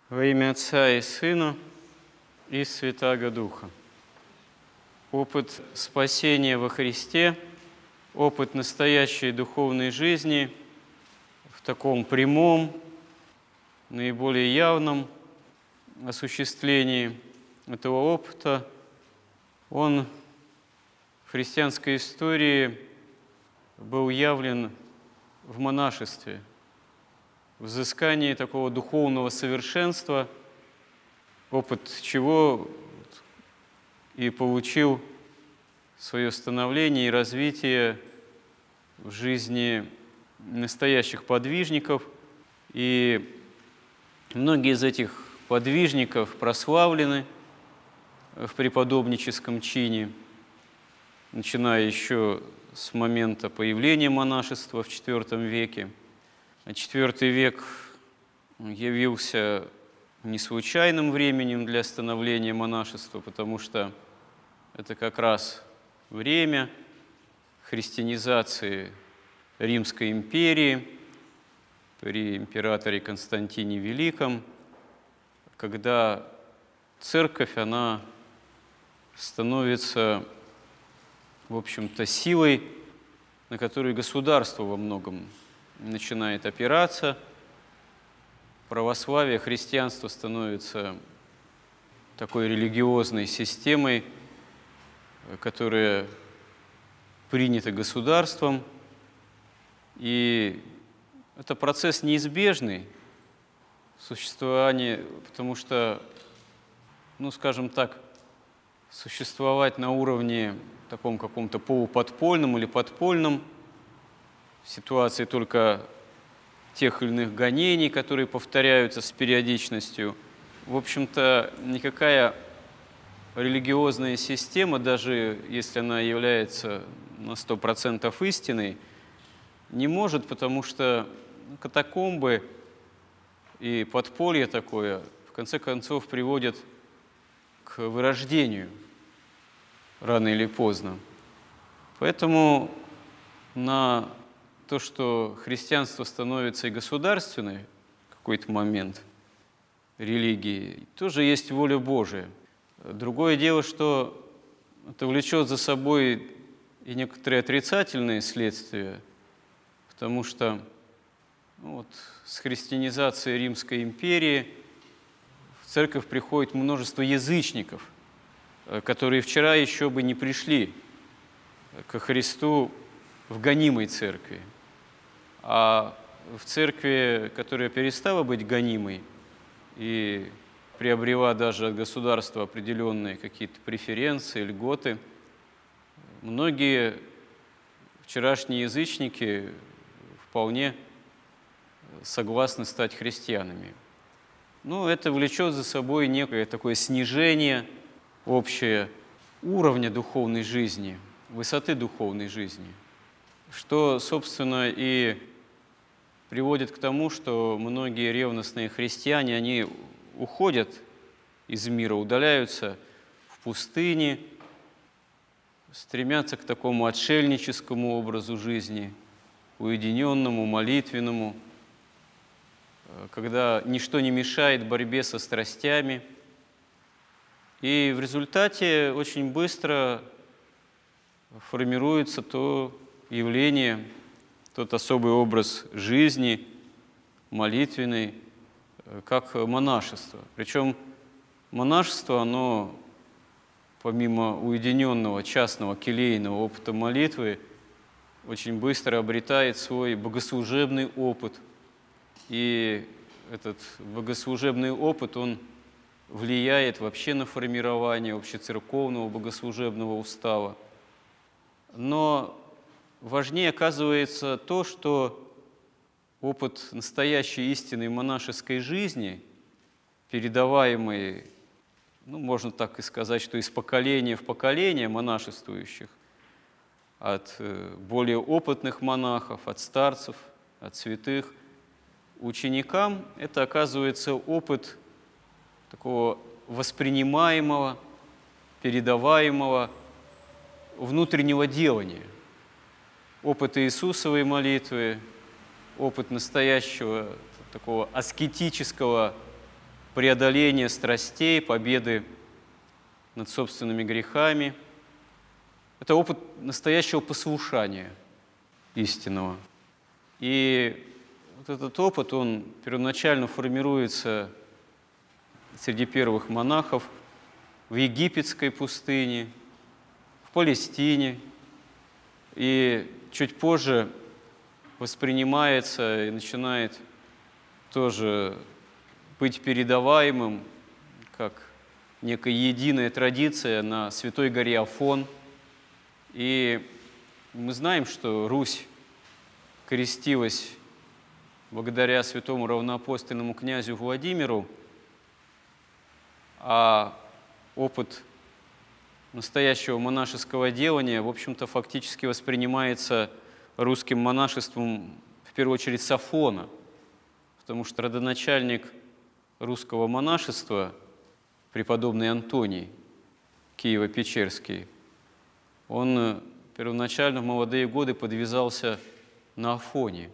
Во имя Отца и Сына и Святаго Духа. Опыт спасения во Христе, опыт настоящей духовной жизни в таком прямом, наиболее явном осуществлении этого опыта, он в христианской истории был явлен в монашестве, в взыскании такого духовного совершенства, опыт чего и получил свое становление и развитие в жизни настоящих подвижников. И многие из этих подвижников прославлены в преподобническом чине, начиная еще с момента появления монашества в IV веке. IV век явился не случайным временем для становления монашества, потому что это как раз время христианизации Римской империи при императоре Константине Великом, когда церковь, она становится, в общем-то, силой, на которую государство во многом начинает опираться. Православие, христианство становится такой религиозной системой, которая принята государством. И это процесс неизбежный существования, потому что, скажем так, существовать на уровне таком каком-то полуподпольном или подпольном, в ситуации только тех или иных гонений, которые повторяются с периодичностью, в общем-то, никакая религиозная система, даже если она является на 100% истиной, не может, потому что катакомбы и подполье такое, в конце концов, приводят к вырождению рано или поздно. Поэтому на то, что христианство становится и государственной в какой-то момент религией, тоже есть воля Божия. Другое дело, что это влечет за собой и некоторые отрицательные следствия, потому что с христианизацией Римской империи в церковь приходит множество язычников, которые вчера еще бы не пришли ко Христу в гонимой церкви. А в церкви, которая перестала быть гонимой и приобрела даже от государства определенные какие-то преференции, льготы, многие вчерашние язычники вполне согласны стать христианами. Это влечет за собой некое такое снижение общее уровня духовной жизни, высоты духовной жизни, что, собственно, и приводит к тому, что многие ревностные христиане, они уходят из мира, удаляются в пустыне, стремятся к такому отшельническому образу жизни, уединенному, молитвенному, когда ничто не мешает борьбе со страстями. И в результате очень быстро формируется то явление, тот особый образ жизни молитвенный, как монашество. Причем монашество, оно, помимо уединенного, частного, келейного опыта молитвы, очень быстро обретает свой богослужебный опыт. И этот богослужебный опыт, он влияет вообще на формирование общецерковного богослужебного устава. Но важнее оказывается то, что опыт настоящей истинной монашеской жизни, передаваемый, можно так и сказать, что из поколения в поколение монашествующих, от более опытных монахов, от старцев, от святых, ученикам, это оказывается опыт такого воспринимаемого, передаваемого внутреннего делания, опыт Иисусовой молитвы, опыт настоящего такого аскетического преодоления страстей, победы над собственными грехами. Это опыт настоящего послушания истинного. И вот этот опыт, он первоначально формируется среди первых монахов в египетской пустыне, в Палестине, и чуть позже воспринимается и начинает тоже быть передаваемым как некая единая традиция на Святой горе Афон. И мы знаем, что Русь крестилась благодаря святому равноапостольному князю Владимиру, а опыт настоящего монашеского делания, в общем-то, фактически воспринимается русским монашеством в первую очередь с Афона, потому что родоначальник русского монашества, преподобный Антоний Киево-Печерский, он первоначально в молодые годы подвязался на Афоне.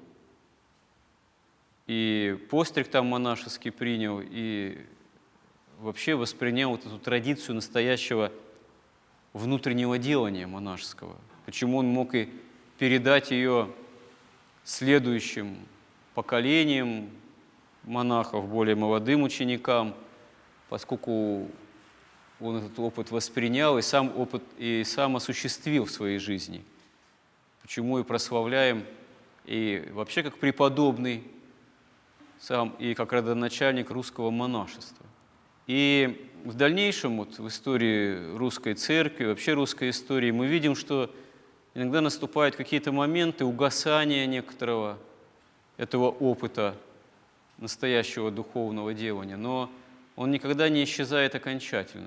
И постриг там монашеский принял, и вообще воспринял вот эту традицию настоящего внутреннего делания монашеского. Почему он мог и передать ее следующим поколениям монахов, более молодым ученикам, поскольку он этот опыт воспринял и сам осуществил в своей жизни. Почему и прославляем, и вообще как преподобный, сам и как родоначальник русского монашества. И в дальнейшем, вот в истории русской церкви, вообще русской истории, мы видим, что иногда наступают какие-то моменты угасания некоторого этого опыта настоящего духовного делания, но он никогда не исчезает окончательно.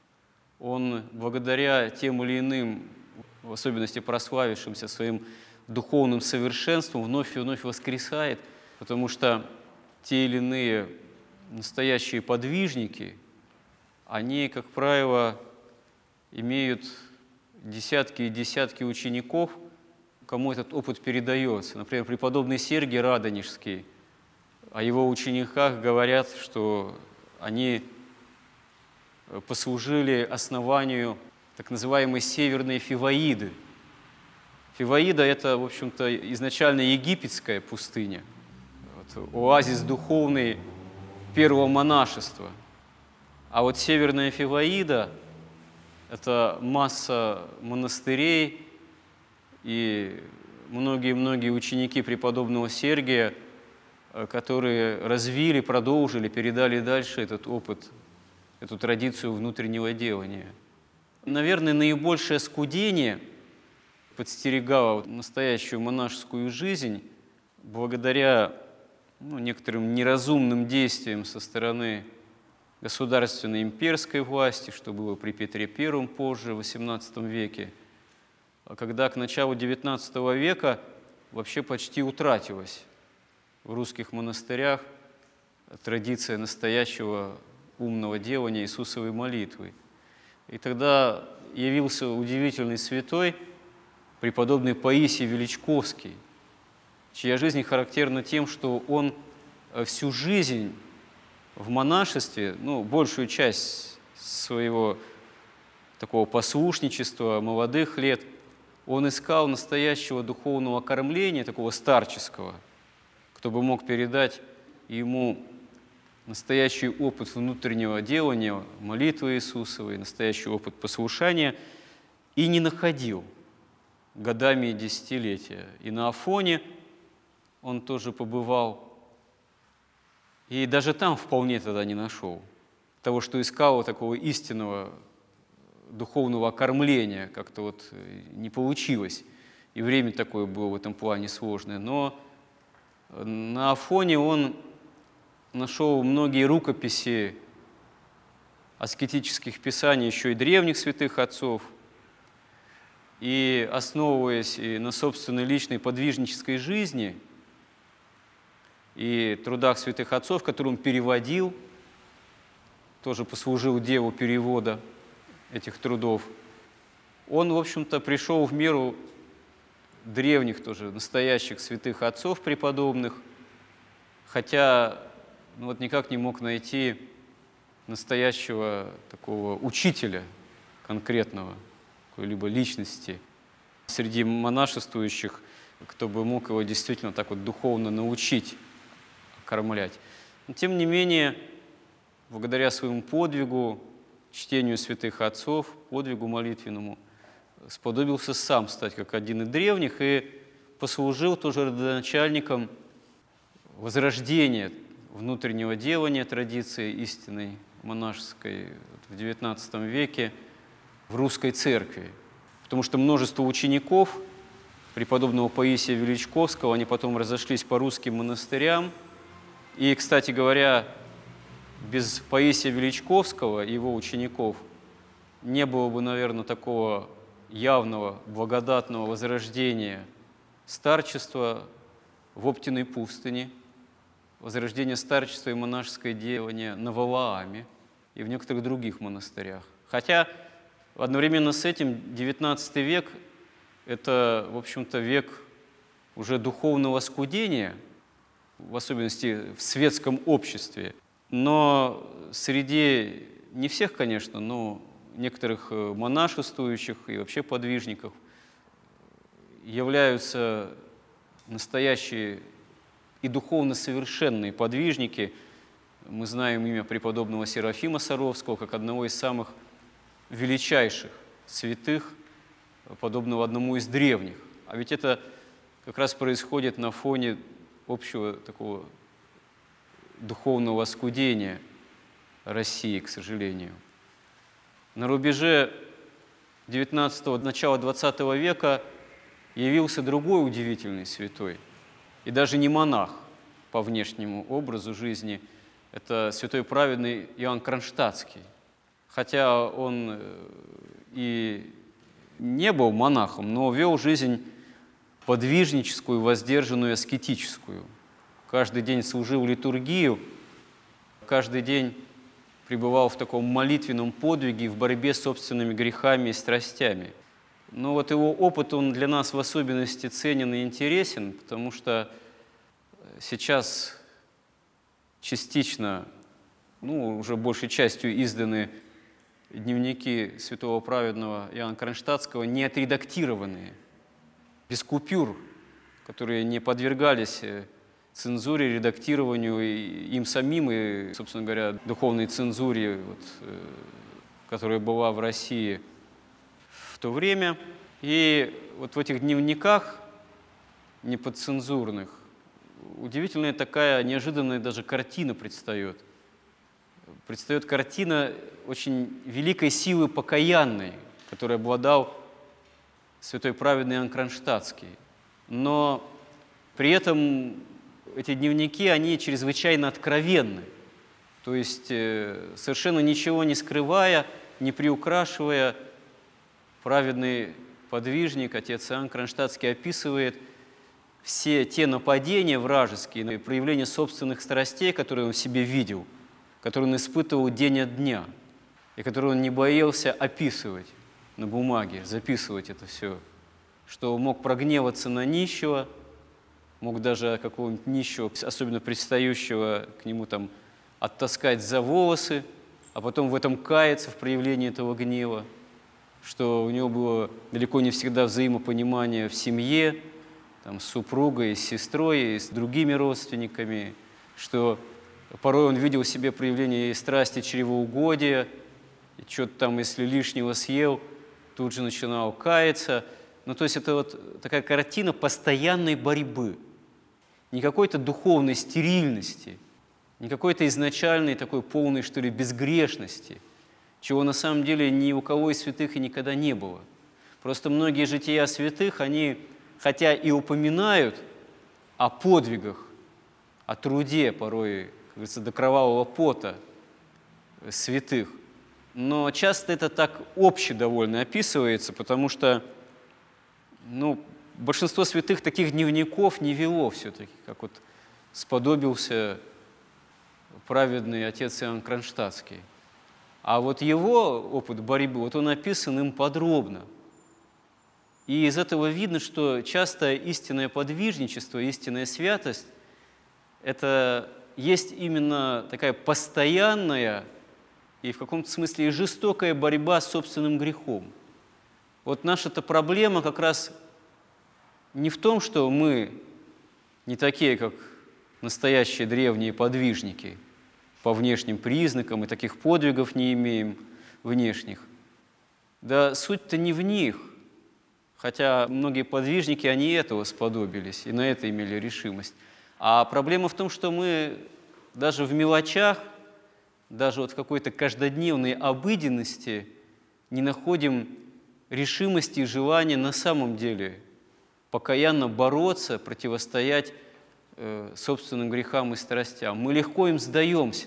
Он благодаря тем или иным, в особенности прославившимся своим духовным совершенством, вновь и вновь воскресает, потому что те или иные настоящие подвижники, они, как правило, имеют десятки и десятки учеников, кому этот опыт передается. Например, преподобный Сергий Радонежский, о его учениках говорят, что они послужили основанию так называемой Северной Фиваиды. Фиваида – это, в общем-то, изначально египетская пустыня, оазис духовный первого монашества. А вот Северная Фиваида – это масса монастырей, и многие-многие ученики преподобного Сергия, которые развили, продолжили, передали дальше этот опыт, эту традицию внутреннего делания. Наверное, наибольшее скудение подстерегало настоящую монашескую жизнь благодаря некоторым неразумным действиям со стороны государственной имперской власти, что было при Петре I позже, в XVIII веке, когда к началу XIX века вообще почти утратилась в русских монастырях традиция настоящего умного делания Иисусовой молитвы. И тогда явился удивительный святой, преподобный Паисий Величковский, чья жизнь характерна тем, что он всю жизнь в монашестве, большую часть своего такого послушничества, молодых лет, он искал настоящего духовного кормления, такого старческого, кто бы мог передать ему настоящий опыт внутреннего делания, молитвы Иисусовой, настоящий опыт послушания, и не находил годами и десятилетия. И на Афоне он тоже побывал, и даже там вполне тогда не нашел того, что искал, такого истинного духовного окормления, как-то не получилось. И время такое было в этом плане сложное. Но на Афоне он нашел многие рукописи аскетических писаний еще и древних святых отцов, и, основываясь и на собственной личной подвижнической жизни и трудах святых отцов, которые он переводил, тоже послужил делу перевода этих трудов, он, в общем-то, пришел в меру древних тоже, настоящих святых отцов преподобных, хотя никак не мог найти настоящего такого учителя конкретного, какой-либо личности среди монашествующих, кто бы мог его действительно так вот духовно научить, окормлять. Но, тем не менее, благодаря своему подвигу, чтению святых отцов, подвигу молитвенному, сподобился сам стать как один из древних и послужил тоже родоначальником возрождения внутреннего делания традиции истинной монашеской в XIX веке в русской церкви. Потому что множество учеников преподобного Паисия Величковского, они потом разошлись по русским монастырям. И, кстати говоря, без Паисия Величковского и его учеников не было бы, наверное, такого явного, благодатного возрождения старчества в Оптиной пустыне, возрождение старчества и монашеское делание на Валааме и в некоторых других монастырях. Хотя одновременно с этим XIX век – это, в общем-то, век уже духовного скудения, в особенности в светском обществе. Но среди, не всех, конечно, но некоторых монашествующих и вообще подвижников являются настоящие и духовно совершенные подвижники. Мы знаем имя преподобного Серафима Саровского как одного из самых величайших святых, подобного одному из древних. А ведь это как раз происходит на фоне общего такого духовного оскудения России, к сожалению. На рубеже XIX, начала XX века явился другой удивительный святой, и даже не монах по внешнему образу жизни, это святой праведный Иоанн Кронштадтский. Хотя он и не был монахом, но вел жизнь подвижническую, воздержанную, аскетическую. Каждый день служил литургию, каждый день пребывал в таком молитвенном подвиге в борьбе с собственными грехами и страстями. Но вот его опыт, он для нас в особенности ценен и интересен, потому что сейчас частично, уже большей частью изданы дневники святого праведного Иоанна Кронштадтского, не отредактированные, без купюр, которые не подвергались цензуре, редактированию им самим и, собственно говоря, духовной цензуре, которая была в России в то время. И вот в этих дневниках неподцензурных удивительная такая неожиданная даже картина предстает. Предстает картина очень великой силы покаянной, которой обладал святой праведный Иоанн Кронштадтский. Но при этом эти дневники, они чрезвычайно откровенны. То есть совершенно ничего не скрывая, не приукрашивая, праведный подвижник, отец Иоанн Кронштадтский, описывает все те нападения вражеские, проявления собственных страстей, которые он в себе видел, которые он испытывал день от дня, и которые он не боялся описывать на бумаге, записывать это все, что мог прогневаться на нищего, мог даже какого-нибудь нищего, особенно предстающего к нему оттаскать за волосы, а потом в этом каяться, в проявлении этого гнева, что у него было далеко не всегда взаимопонимание в семье, с супругой, с сестрой, и с другими родственниками, что порой он видел в себе проявление страсти чревоугодия, и что-то там, если лишнего съел, тут же начинал каяться. То есть это вот такая картина постоянной борьбы, не какой-то духовной стерильности, не какой-то изначальной такой полной, что ли, безгрешности, чего на самом деле ни у кого из святых и никогда не было. Просто многие жития святых, они, хотя и упоминают о подвигах, о труде порой, как говорится, до кровавого пота святых, но часто это так обще довольно описывается, потому что большинство святых таких дневников не вело все-таки, как вот сподобился праведный отец Иоанн Кронштадтский. А вот его опыт борьбы, он описан им подробно. И из этого видно, что часто истинное подвижничество, истинная святость – это есть именно такая постоянная и в каком-то смысле и жестокая борьба с собственным грехом. Вот наша-то проблема как раз не в том, что мы не такие, как настоящие древние подвижники по внешним признакам, и таких подвигов не имеем внешних. Да суть-то не в них, хотя многие подвижники, они этого сподобились и на это имели решимость. А проблема в том, что мы даже в мелочах, даже вот в какой-то каждодневной обыденности не находим решимости и желания на самом деле покаянно бороться, противостоять собственным грехам и страстям. Мы легко им сдаемся,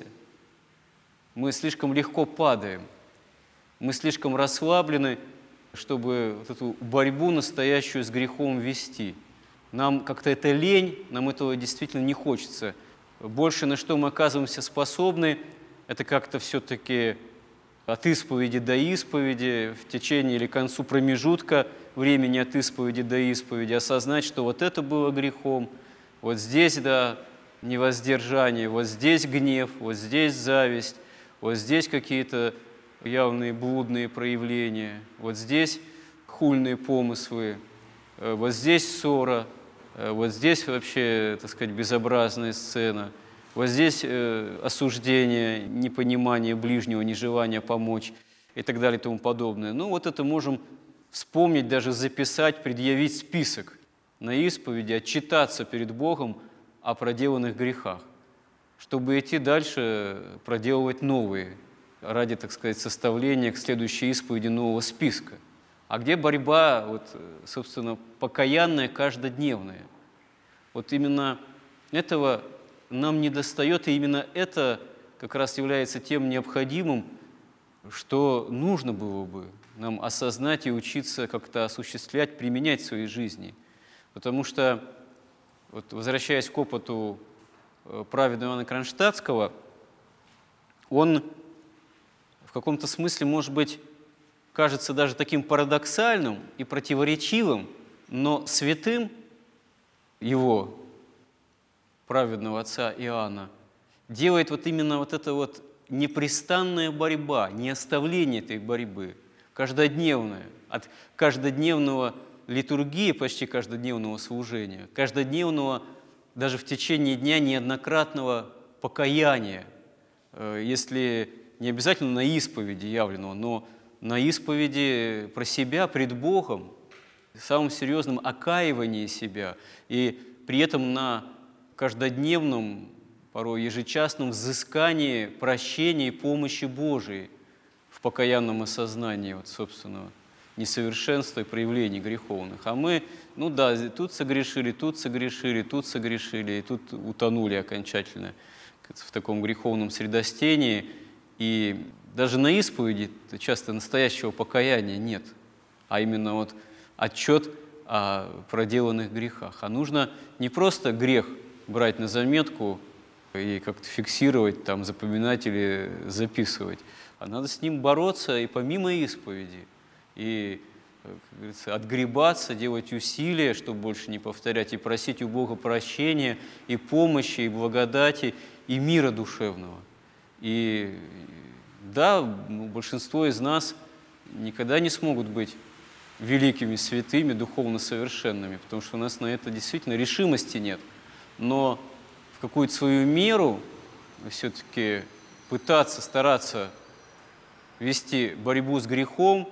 мы слишком легко падаем, мы слишком расслаблены, чтобы вот эту борьбу настоящую с грехом вести. Нам как-то это лень, нам этого действительно не хочется. Больше на что мы оказываемся способны, это как-то все-таки от исповеди до исповеди, в течение или к концу промежутка времени от исповеди до исповеди, осознать, что вот это было грехом, вот здесь, да, невоздержание, вот здесь гнев, вот здесь зависть, вот здесь какие-то явные блудные проявления, вот здесь хульные помыслы, вот здесь ссора, вот здесь вообще, так сказать, безобразная сцена, вот здесь осуждение, непонимание ближнего, нежелание помочь и так далее и тому подобное. Ну вот это можем вспомнить, даже записать, предъявить список на исповеди, отчитаться перед Богом о проделанных грехах, чтобы идти дальше проделывать новые, ради, так сказать, составления к следующей исповеди нового списка. А где борьба, вот, собственно, покаянная, каждодневная? Вот именно этого нам недостает, и именно это как раз является тем необходимым, что нужно было бы нам осознать и учиться как-то осуществлять, применять в своей жизни. Потому что, вот, возвращаясь к опыту праведного Иоанна Кронштадтского, он в каком-то смысле, может быть, кажется даже таким парадоксальным и противоречивым, но святым его, праведного отца Иоанна, делает вот именно вот эта вот непрестанная борьба, не оставление этой борьбы, каждодневная, от каждодневного литургии, почти каждодневного служения, каждодневного, даже в течение дня неоднократного покаяния, если не обязательно на исповеди явленного, но на исповеди про себя пред Богом, самым серьезным окаивании себя, и при этом на каждодневном, порой ежечасном взыскании прощения и помощи Божией в покаянном осознании вот, собственного несовершенства и проявлений греховных. А мы, ну да, тут согрешили, тут согрешили, тут согрешили, и тут утонули окончательно в таком греховном средостении. И даже на исповеди часто настоящего покаяния нет, а именно вот отчет о проделанных грехах. А нужно не просто грех брать на заметку и как-то фиксировать, там, запоминать или записывать, а надо с ним бороться и помимо исповеди, и, как говорится, отгребаться, делать усилия, чтобы больше не повторять, и просить у Бога прощения, и помощи, и благодати, и мира душевного. И да, большинство из нас никогда не смогут быть великими святыми, духовно совершенными, потому что у нас на это действительно решимости нет. Но в какую-то свою меру все-таки пытаться, стараться вести борьбу с грехом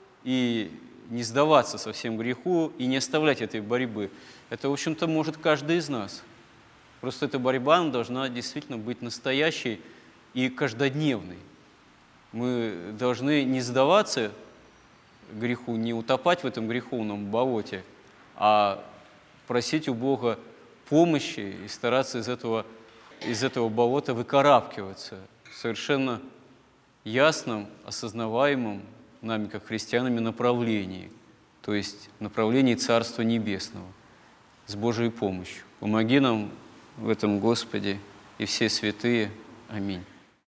и не сдаваться совсем греху, и не оставлять этой борьбы, это, в общем-то, может каждый из нас. Просто эта борьба должна действительно быть настоящей и каждодневной. Мы должны не сдаваться греху, не утопать в этом греховном болоте, а просить у Бога помощи и стараться из этого болота выкарабкиваться в совершенно ясном, осознаваемом нами, как христианами, направлении, то есть направлении Царства Небесного, с Божьей помощью. Помоги нам в этом, Господи, и все святые. Аминь.